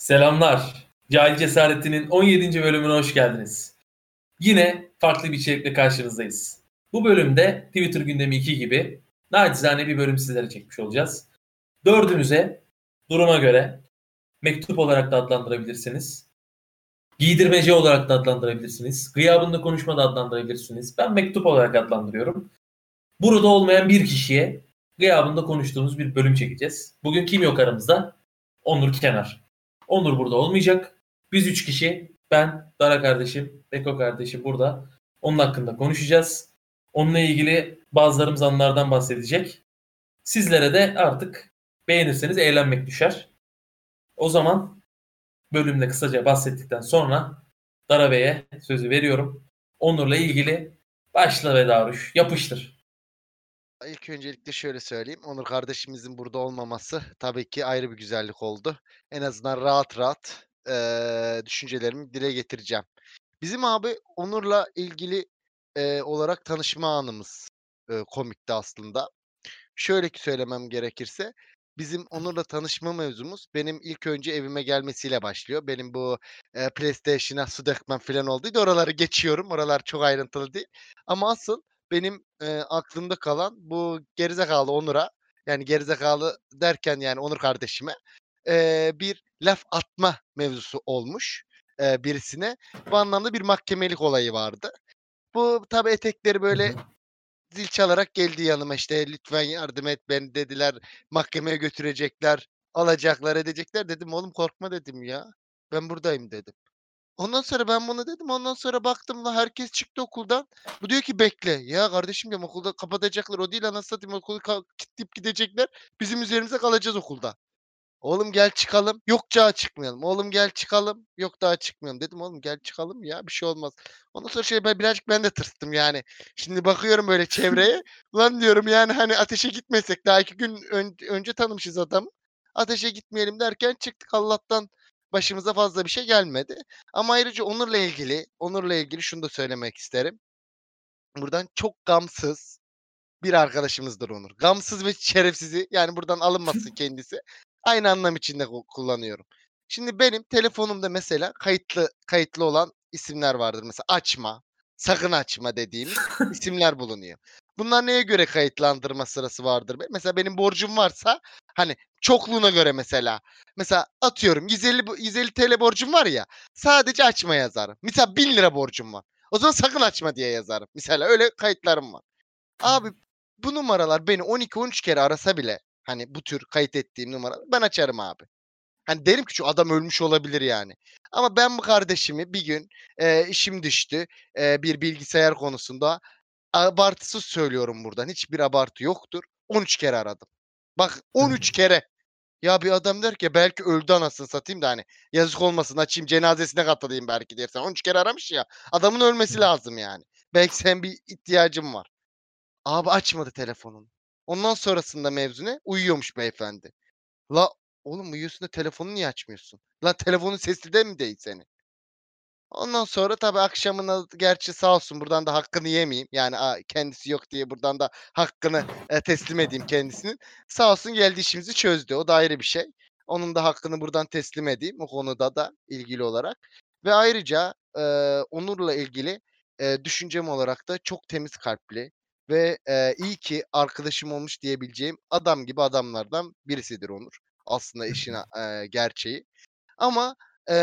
Selamlar. Cahil Cesareti'nin 17. bölümüne hoş geldiniz. Yine farklı bir içerikle karşınızdayız. Bu bölümde Twitter gündemi 2 gibi nacizane bir bölüm sizlere çekmiş olacağız. Dördünüze duruma göre mektup olarak da adlandırabilirsiniz. Giydirmece olarak da adlandırabilirsiniz. Gıyabında konuşma da adlandırabilirsiniz. Ben mektup olarak adlandırıyorum. Burada olmayan bir kişiye gıyabında konuştuğumuz bir bölüm çekeceğiz. Bugün kim yok aramızda? Onur Kenar. Onur burada olmayacak. Biz üç kişi, ben, Dara kardeşim, Beko kardeşim burada. Onun hakkında konuşacağız. Onunla ilgili bazılarımız anılardan bahsedecek. Sizlere de artık beğenirseniz eğlenmek düşer. O zaman bölümde kısaca bahsettikten sonra Dara Bey'e sözü veriyorum. Onur'la ilgili başla ve Daruş yapıştır. İlk öncelikle şöyle söyleyeyim. Onur kardeşimizin burada olmaması tabii ki ayrı bir güzellik oldu. En azından rahat rahat, düşüncelerimi dile getireceğim. Bizim abi Onur'la ilgili, olarak tanışma anımız, komikti aslında. Şöyle ki söylemem gerekirse, bizim Onur'la tanışma mevzumuz benim ilk önce evime gelmesiyle başlıyor. Benim bu, PlayStation'a su dökmem filan olduydu. Oraları geçiyorum. Oralar çok ayrıntılı değil. Ama asıl benim, aklımda kalan bu gerizekalı Onur'a, yani gerizekalı derken yani Onur kardeşime, bir laf atma mevzusu olmuş, birisine. Bu anlamda bir mahkemelik olayı vardı. Bu tabii etekleri Hı böyle hı. zil çalarak geldi yanıma, işte, "Lütfen yardım et, beni" dediler, "mahkemeye götürecekler, alacaklar, edecekler." Dedim, "Oğlum korkma." dedim ya. "Ben buradayım." dedim. Ondan sonra ben bunu dedim, ondan sonra baktım la herkes çıktı okuldan. Bu diyor ki, "Bekle." Ya kardeşim diyorum, okulda kapatacaklar, o değil anasını satayım, okulu kilitleyip gidecekler. Bizim üzerimize kalacağız okulda. "Oğlum gel çıkalım." "Yok daha çıkmayalım." "Oğlum gel çıkalım." "Yok daha çıkmayalım." Dedim, "Oğlum gel çıkalım ya, bir şey olmaz." Ondan sonra ben birazcık ben de tırstım yani. Şimdi bakıyorum böyle çevreye, ulan diyorum yani, hani, ateşe gitmesek daha 2 gün önce tanımışız adamı. Ateşe gitmeyelim derken çıktık. Allah'tan başımıza fazla bir şey gelmedi. Ama ayrıca Onur'la ilgili şunu da söylemek isterim. Buradan çok gamsız bir arkadaşımızdır Onur. Gamsız ve şerefsizi, yani buradan alınmasın kendisi. Aynı anlam içinde kullanıyorum. Şimdi benim telefonumda mesela kayıtlı olan isimler vardır. Mesela açma, sakın açma dediğimiz isimler bulunuyor. Bunlar neye göre kayıtlandırma sırası vardır? Mesela benim borcum varsa hani çokluğuna göre mesela. Mesela atıyorum 150 TL borcum var ya, sadece açma yazarım. Mesela 1000 lira borcum var. O zaman sakın açma diye yazarım. Mesela öyle kayıtlarım var. Abi bu numaralar beni 12-13 kere arasa bile, hani, bu tür kayıt ettiğim numaralar, ben açarım abi. Hani, derim ki şu adam ölmüş olabilir yani. Ama ben bu kardeşimi bir gün, işim düştü, bir bilgisayar konusunda. Abartısız söylüyorum buradan, hiçbir abartı yoktur. 13 kere aradım. Bak 13 kere. Ya bir adam der ki belki öldü anasını satayım da, hani, yazık olmasın açayım cenazesine katılayım belki dersen. 13 kere aramış ya. Adamın ölmesi lazım yani. Belki senin bir ihtiyacın var. Abi açmadı telefonunu. Ondan sonrasında mevzu ne? Uyuyormuş beyefendi. La oğlum uyuyorsun da telefonunu niye açmıyorsun? La telefonun sesi de mi değil senin? Ondan sonra tabii akşamına gerçi sağ olsun buradan da hakkını yemeyeyim. Yani kendisi yok diye buradan da hakkını, teslim edeyim kendisinin. Sağ olsun geldi işimizi çözdü. O da ayrı bir şey. Onun da hakkını buradan teslim edeyim o konuda da ilgili olarak. Ve ayrıca, Onur'la ilgili, düşüncem olarak da çok temiz kalpli ve, iyi ki arkadaşım olmuş diyebileceğim adam gibi adamlardan birisidir Onur. Aslında işin gerçeği. Ama,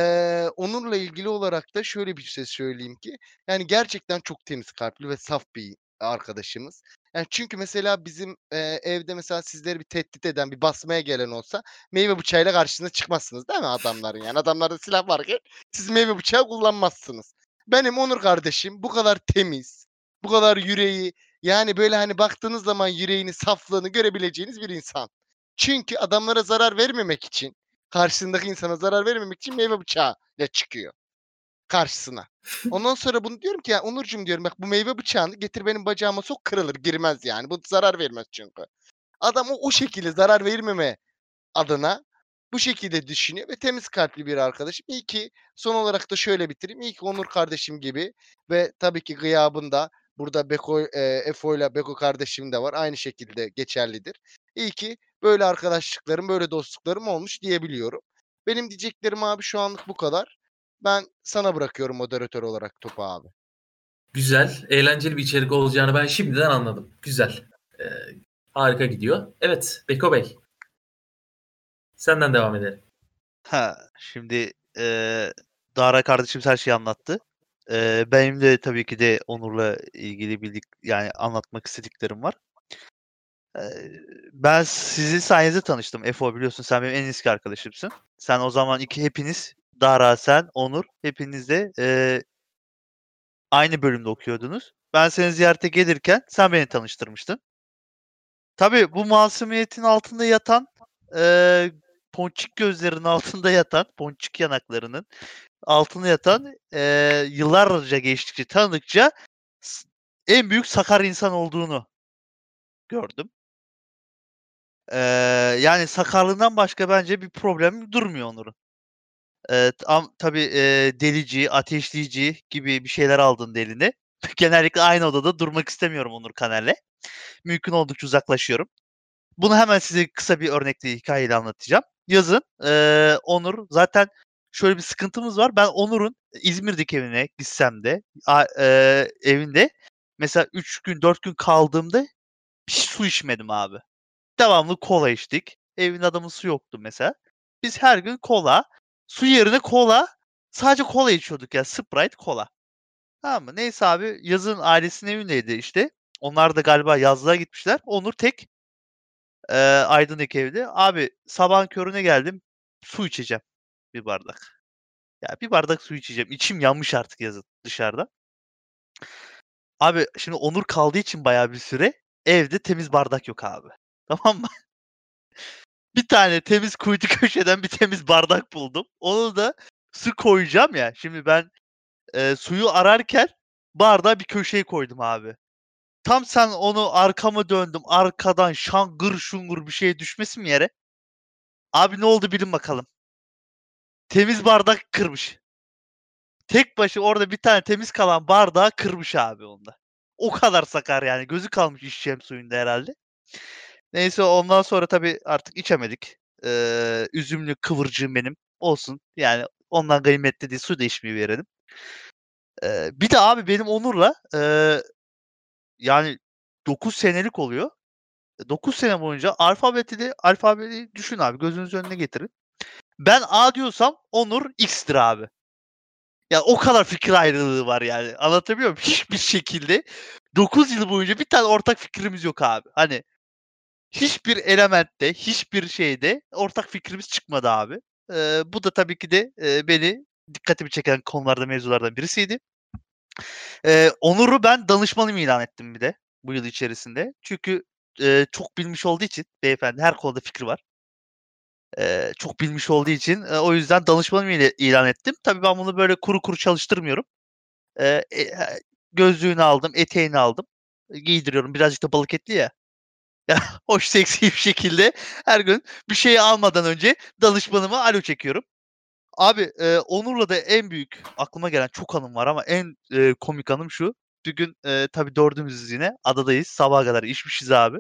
onunla ilgili olarak da şöyle bir şey söyleyeyim ki, yani, gerçekten çok temiz kalpli ve saf bir arkadaşımız. Yani, çünkü mesela bizim, evde mesela sizleri bir tehdit eden, bir basmaya gelen olsa meyve bıçağıyla karşısına çıkmazsınız değil mi adamların yani? Adamlarda silah varken siz meyve bıçağı kullanmazsınız. Benim Onur kardeşim bu kadar temiz, bu kadar yüreği, yani, böyle, hani, baktığınız zaman yüreğini, saflığını görebileceğiniz bir insan. Çünkü adamlara zarar vermemek için, karşısındaki insana zarar vermemek için meyve bıçağıyla çıkıyor karşısına. Ondan sonra bunu diyorum ki ya Onurcuğum diyorum bak bu meyve bıçağını getir benim bacağıma sok kırılır girmez yani. Bu zarar vermez çünkü. Adam o şekilde zarar vermeme adına bu şekilde düşünüyor ve temiz kalpli bir arkadaşım. İyi ki son olarak da şöyle bitireyim. İyi ki Onur kardeşim gibi ve tabii ki gıyabında burada Beko, Efo'yla Beko kardeşim de var. Aynı şekilde geçerlidir. İyi ki böyle arkadaşlıklarım, böyle dostluklarım olmuş diyebiliyorum. Benim diyeceklerim abi şu anlık bu kadar. Ben sana bırakıyorum moderatör olarak topu abi. Güzel, eğlenceli bir içerik olacağını ben şimdiden anladım. Güzel. Ee, Harika gidiyor. Evet, Beko Bey. Senden devam edelim. Şimdi Dara kardeşim her şeyi anlattı. Benim de tabii ki de Onur'la ilgili yani anlatmak istediklerim var. Ben sizin sayenizde tanıştım. Efo, biliyorsun sen benim en eski arkadaşımsın. Sen o zaman hepiniz, Dara, sen, Onur, hepiniz de aynı bölümde okuyordunuz. Ben seni ziyarete gelirken sen beni tanıştırmıştın. Tabii bu masumiyetin altında yatan, ponçik gözlerinin altında yatan, ponçik yanaklarının altında yatan, yıllarca geçtikçe, tanıdıkça en büyük sakar insan olduğunu gördüm. Yani sakarlığından başka bence bir problem durmuyor Onur'un. Tabii delici, ateşleyici gibi bir şeyler aldın eline. Genellikle aynı odada durmak istemiyorum Onur Kaner'le. Mümkün oldukça uzaklaşıyorum. Bunu hemen size kısa bir örnekle, hikayeyle anlatacağım. Yazın Onur zaten şöyle bir sıkıntımız var. Ben Onur'un İzmir'deki evine gitsem de evinde mesela 3 gün 4 gün kaldığımda hiç su içmedim abi. Devamlı kola içtik. Evin adamın su yoktu mesela. Biz her gün kola, su yerine kola, sadece kola içiyorduk ya. Sprite, kola. Tamam mı? Neyse abi, yazın ailesinin evindeydi işte. Onlar da galiba yazlığa gitmişler. Onur tek Aydın'daki evde. Abi sabahın körüne geldim. Su içeceğim. Bir bardak. Ya bir bardak su içeceğim. İçim yanmış artık yazın dışarıda. Abi şimdi Onur kaldığı için bayağı bir süre evde temiz bardak yok abi. Tamam mı? Bir tane temiz kuytu köşeden bir temiz bardak buldum. Onu da su koyacağım ya. Şimdi ben suyu ararken bardağı bir köşeye koydum abi. Tam sen onu arkamı döndüm. Arkadan şangır şungur bir şey düşmesin mi yere? Abi ne oldu bilin bakalım. Temiz bardak kırmış. Tek başı orada bir tane temiz kalan bardağı kırmış abi onda. O kadar sakar yani. Gözü kalmış içeceğim suyunda herhalde. Neyse ondan sonra tabii artık içemedik. Üzümlü kıvırcığım benim. Olsun. Yani ondan kıymetli değil. Su da içmeyi verelim. Bir de abi benim Onur'la yani 9 senelik oluyor. 9 sene boyunca alfabeyi düşün abi. Gözünüzün önüne getirin. Ben A diyorsam Onur X'tir abi. Ya o kadar fikir ayrılığı var yani. Anlatabiliyor muyum? Hiçbir şekilde 9 yıl boyunca bir tane ortak fikrimiz yok abi. Hani hiçbir elementte, hiçbir şeyde ortak fikrimiz çıkmadı abi. Bu da tabii ki de beni dikkatimi çeken konularda, mevzulardan birisiydi. Onur'u ben danışmanım ilan ettim bir de bu yıl içerisinde. Çünkü çok bilmiş olduğu için beyefendi, her konuda fikri var. Çok bilmiş olduğu için o yüzden danışmanım ilan ettim. Tabii ben bunu böyle kuru kuru çalıştırmıyorum. Eee, e Gözlüğünü aldım, eteğini aldım. Giydiriyorum. Birazcık da balık etli ya. Ya hoş, seksi bir şekilde her gün bir şey almadan önce danışmanıma alo çekiyorum. Abi, Onur'la da en büyük aklıma gelen çok anım var ama en komik anım şu. Bir gün tabii dördümüzüz yine. Adadayız. Sabaha kadar içmişiz abi.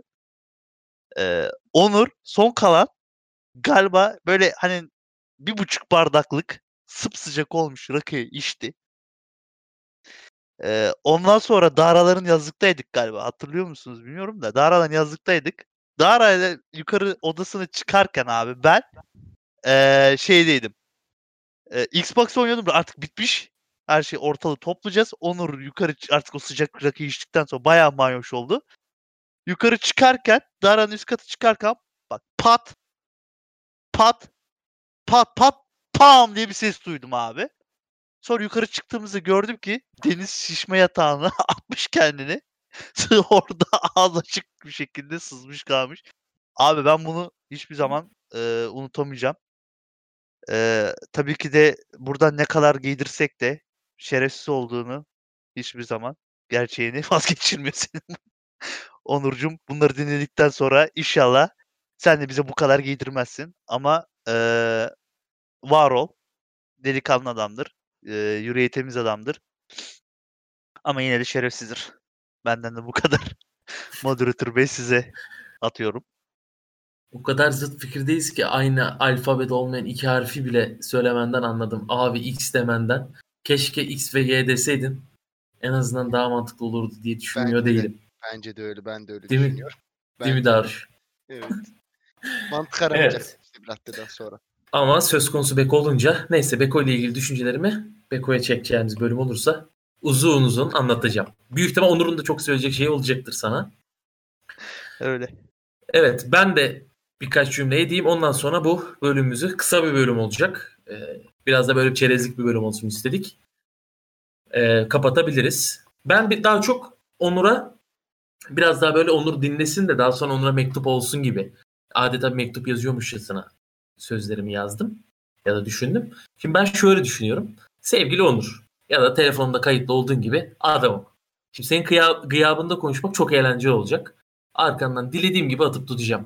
Onur son kalan galiba böyle hani 1,5 bardaklık sıpsıcak olmuş rakıyı içti. Ondan sonra Dağraların yazlıktaydık galiba. Hatırlıyor musunuz bilmiyorum da. Dağraların yazlıktaydık. Dağra'yla yukarı odasına çıkarken abi ben şeydeydim. Xbox oynuyordum da artık bitmiş. Her şey ortalığı toplayacağız. Onur yukarı artık o sıcak rakıyı içtikten sonra bayağı manyoş oldu. Yukarı çıkarken, Dara'nın üst katı çıkarken bak pat pat pat pat pam diye bir ses duydum abi. Sonra yukarı çıktığımızda gördüm ki Deniz şişme yatağına atmış kendini. Orada ağzı açık bir şekilde sızmış kalmış. Abi ben bunu hiçbir zaman unutamayacağım. Tabii ki de buradan ne kadar giydirsek de şerefsiz olduğunu hiçbir zaman gerçeğini vazgeçirmiyor senin. Onurcuğum, bunları dinledikten sonra inşallah sen de bize bu kadar giydirmezsin. Ama var ol. Delikanlı adamdır. Yüreği temiz adamdır. Ama yine de şerefsizdir. Benden de bu kadar. Moderatör Bey, size atıyorum. O kadar zıt fikirdeyiz ki aynı alfabede olmayan iki harfi bile söylemenden anladım. A ve X demenden. Keşke X ve Y deseydin. En azından daha mantıklı olurdu diye düşünmüyor Bence de. değilim. Bence de öyle. Ben de öyle Değil mi? düşünüyorum. Değil mi Bence de. Daruş? Evet. Mantık aramayacak Evet. işte bir raddeden sonra. Ama söz konusu Beko olunca neyse Beko ile ilgili düşüncelerimi Beko'ya çekeceğimiz bölüm olursa uzun uzun anlatacağım. Büyük ihtimal Onur'un da çok söyleyecek şey olacaktır sana. Öyle. Evet, ben de birkaç cümle edeyim. Ondan sonra bu bölümümüzü kısa bir bölüm olacak. Biraz da böyle bir çerezlik bir bölüm olsun istedik. Kapatabiliriz. Ben daha çok Onur'a biraz daha böyle Onur dinlesin de daha sonra Onur'a mektup olsun gibi. Adeta bir mektup yazıyormuşçasına sözlerimi yazdım ya da düşündüm. Şimdi ben şöyle düşünüyorum. Sevgili Onur ya da telefonda kayıtlı olduğun gibi adamım. Şimdi senin gıyabında konuşmak çok eğlenceli olacak. Arkandan dilediğim gibi atıp tutacağım.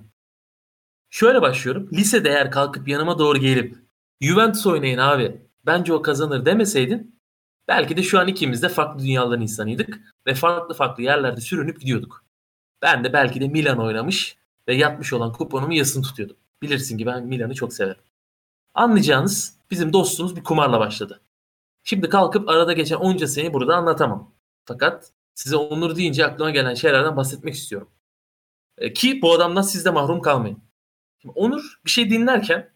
Şöyle başlıyorum. Lisede eğer kalkıp yanıma doğru gelip Juventus oynayın abi bence o kazanır demeseydin belki de şu an ikimiz de farklı dünyaların insanıydık ve farklı farklı yerlerde sürünüp gidiyorduk. Ben de belki de Milan oynamış ve yatmış olan kuponumu yasını tutuyordum. Bilirsin ki ben Milan'ı çok severim. Anlayacağınız bizim dostluğumuz bir kumarla başladı. Şimdi kalkıp arada geçen onca seneyi burada anlatamam. Fakat size Onur deyince aklıma gelen şeylerden bahsetmek istiyorum. Ki bu adamdan siz de mahrum kalmayın. Şimdi Onur bir şey dinlerken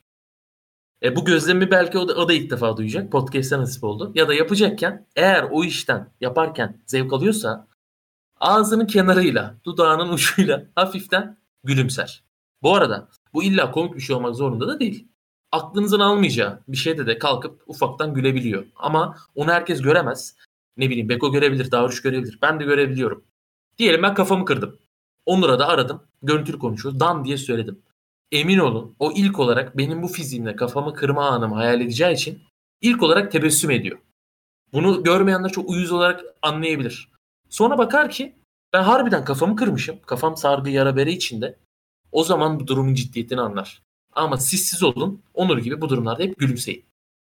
bu gözlemi belki o da ilk defa duyacak. Podcast'ta nasip oldu. Ya da yapacakken eğer o işten yaparken zevk alıyorsa ağzının kenarıyla, dudağının ucuyla hafiften gülümser. Bu arada bu illa komik bir şey olmak zorunda da değil. Aklınızın almayacağı bir şeyde de kalkıp ufaktan gülebiliyor. Ama onu herkes göremez. Ne bileyim Beko görebilir, Davruş görebilir. Ben de görebiliyorum. Diyelim ben kafamı kırdım. Onur'a da aradım. Görüntülü konuşuyoruz. Dan diye söyledim. Emin olun o ilk olarak benim bu fiziğimle kafamı kırma anımı hayal edeceği için ilk olarak tebessüm ediyor. Bunu görmeyenler çok uyuz olarak anlayabilir. Sonra bakar ki ben harbiden kafamı kırmışım. Kafam sargı yara bere içinde. O zaman bu durumun ciddiyetini anlar. Ama siz olun. Onur gibi bu durumlarda hep gülümseyin.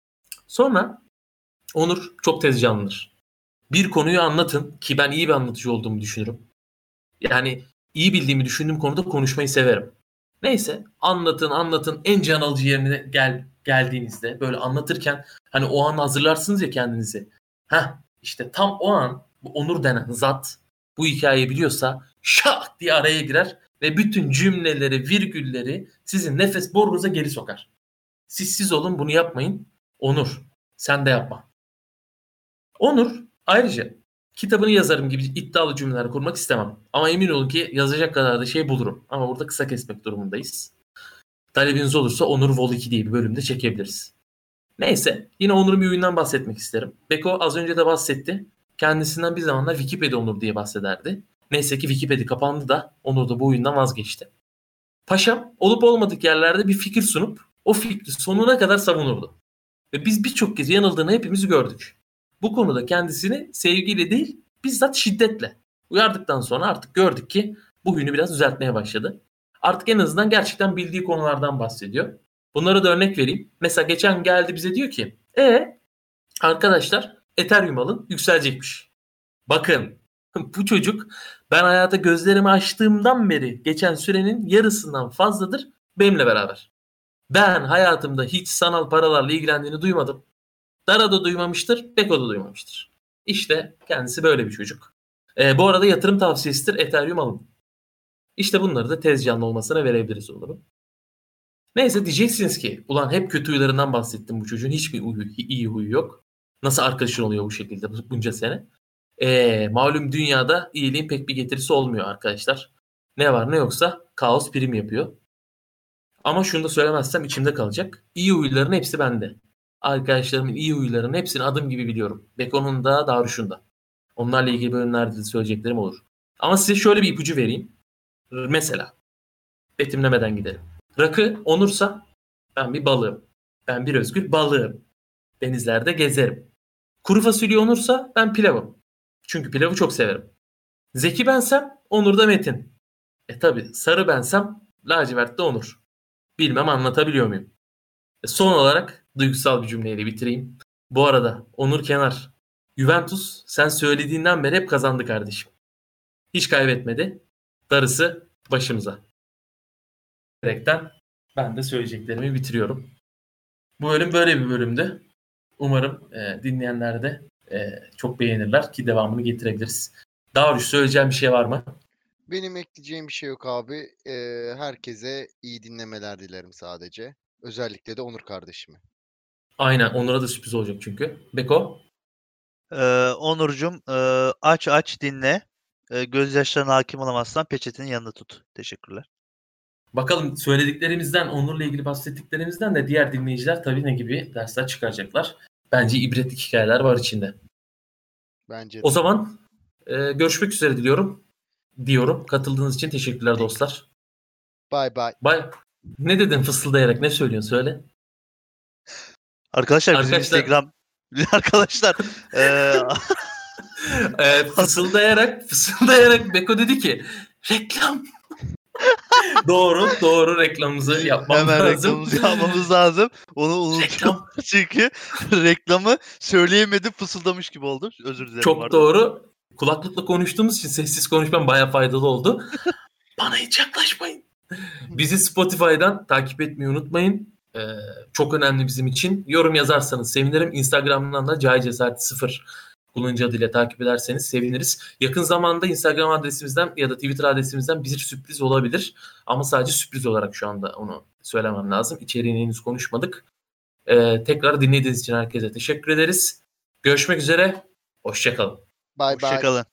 Sonra Onur çok tez canlıdır. Bir konuyu anlatın ki ben iyi bir anlatıcı olduğumu düşünürüm. Yani iyi bildiğimi düşündüğüm konuda konuşmayı severim. Neyse anlatın en can alıcı yerine geldiğinizde böyle anlatırken hani o an hazırlarsınız ya kendinizi. İşte tam o an bu Onur denen zat bu hikayeyi biliyorsa şak diye araya girer ve bütün cümleleri, virgülleri sizin nefes borunuza geri sokar. Siz olun bunu yapmayın. Onur sen de yapma. Onur ayrıca kitabını yazarım gibi iddialı cümleler kurmak istemem. Ama emin olun ki yazacak kadar da şey bulurum. Ama burada kısa kesmek durumundayız. Talebiniz olursa Onur Vol 2 diye bir bölümde çekebiliriz. Neyse yine Onur'un bir oyundan bahsetmek isterim. Beko az önce de bahsetti. Kendisinden bir zamanlar Wikipedia Onur diye bahsederdi. Neyse ki Wikipedia kapandı da Onur da bu oyundan vazgeçti. Paşam olup olmadık yerlerde bir fikir sunup o fikri sonuna kadar savunurdu. Ve biz birçok kez yanıldığını hepimiz gördük. Bu konuda kendisini sevgiyle değil bizzat şiddetle uyardıktan sonra artık gördük ki bu huyunu biraz düzeltmeye başladı. Artık en azından gerçekten bildiği konulardan bahsediyor. Bunlara da örnek vereyim. Mesela geçen geldi bize diyor ki arkadaşlar Ethereum alın yükselecekmiş. Bakın bu çocuk ben hayata gözlerimi açtığımdan beri geçen sürenin yarısından fazladır benimle beraber. Ben hayatımda hiç sanal paralarla ilgilendiğini duymadım. Dara da duymamıştır, Beko da duymamıştır. İşte kendisi böyle bir çocuk. Bu arada yatırım tavsiyesidir Ethereum alın. İşte bunları da tez canlı olmasına verebiliriz Onur'un. Neyse diyeceksiniz ki ulan hep kötü huylarından bahsettim bu çocuğun hiçbir iyi huyu yok. Nasıl arkadaşın oluyor bu şekilde bunca sene? Malum dünyada iyiliğin pek bir getirisi olmuyor arkadaşlar. Ne var ne yoksa kaos prim yapıyor. Ama şunu da söylemezsem içimde kalacak. İyi huyların hepsi bende. Arkadaşlarımın iyi huylarının hepsini adım gibi biliyorum. Beko'nun da Darüş'ün de. Onlarla ilgili bölümlerde de söyleyeceklerim olur. Ama size şöyle bir ipucu vereyim. Mesela betimlemeden gidelim. Rakı Onursa ben bir balığım. Ben bir özgür balığım. Denizlerde gezerim. Kuru fasulye Onursa ben pilavım. Çünkü pilavı çok severim. Zeki bensem Onur da Metin. Tabi sarı bensem lacivert de Onur. Bilmem anlatabiliyor muyum? Son olarak duygusal bir cümleyle bitireyim. Bu arada Onur Kenar, Juventus sen söylediğinden beri hep kazandı kardeşim. Hiç kaybetmedi. Darısı başımıza. diyerekten ben de söyleyeceklerimi bitiriyorum. Bu bölüm böyle bir bölümdü. Umarım dinleyenler de çok beğenirler ki devamını getirebiliriz. Darius, söyleyeceğim bir şey var mı? Benim ekleyeceğim bir şey yok abi. Herkese iyi dinlemeler dilerim sadece. Özellikle de Onur kardeşime. Aynen, Onur'a da sürpriz olacak çünkü. Beko? Onurcuğum, aç dinle. Gözyaşlarına hakim olamazsan peçetenin yanında tut. Teşekkürler. Bakalım söylediklerimizden, Onur'la ilgili bahsettiklerimizden de diğer dinleyiciler tabii ne gibi dersler çıkaracaklar. Bence ibretlik hikayeler var içinde. Bence de. O zaman görüşmek üzere diyorum. Katıldığınız için teşekkürler dostlar. Bye bye. Bye. Ne dedin fısıldayarak? Ne söylüyorsun? Söyle. Arkadaşlar bizim Arkadaşlar- Instagram arkadaşlar fısıldayarak Beko dedi ki reklam. doğru reklamımızı yapmam hemen lazım. reklamımızı yapmamız lazım. Onu unuttum. Reklam. Çünkü reklamı söyleyemedim, fısıldamış gibi oldum. Özür dilerim. Çok pardon. doğru. Kulaklıkla konuştuğumuz için sessiz konuşmam bayağı faydalı oldu. Bana hiç yaklaşmayın. Bizi Spotify'dan takip etmeyi unutmayın. Çok önemli bizim için. Yorum yazarsanız sevinirim. Instagram'dan da cahilcesareti0 kullanıcı adıyla takip ederseniz seviniriz. Yakın zamanda Instagram adresimizden ya da Twitter adresimizden bir sürpriz olabilir. Ama sadece sürpriz olarak şu anda onu söylemem lazım. İçeriğini henüz konuşmadık. Tekrar dinlediğiniz için herkese teşekkür ederiz. Görüşmek üzere. Hoşça kalın. Bye bye. Hoşçakalın.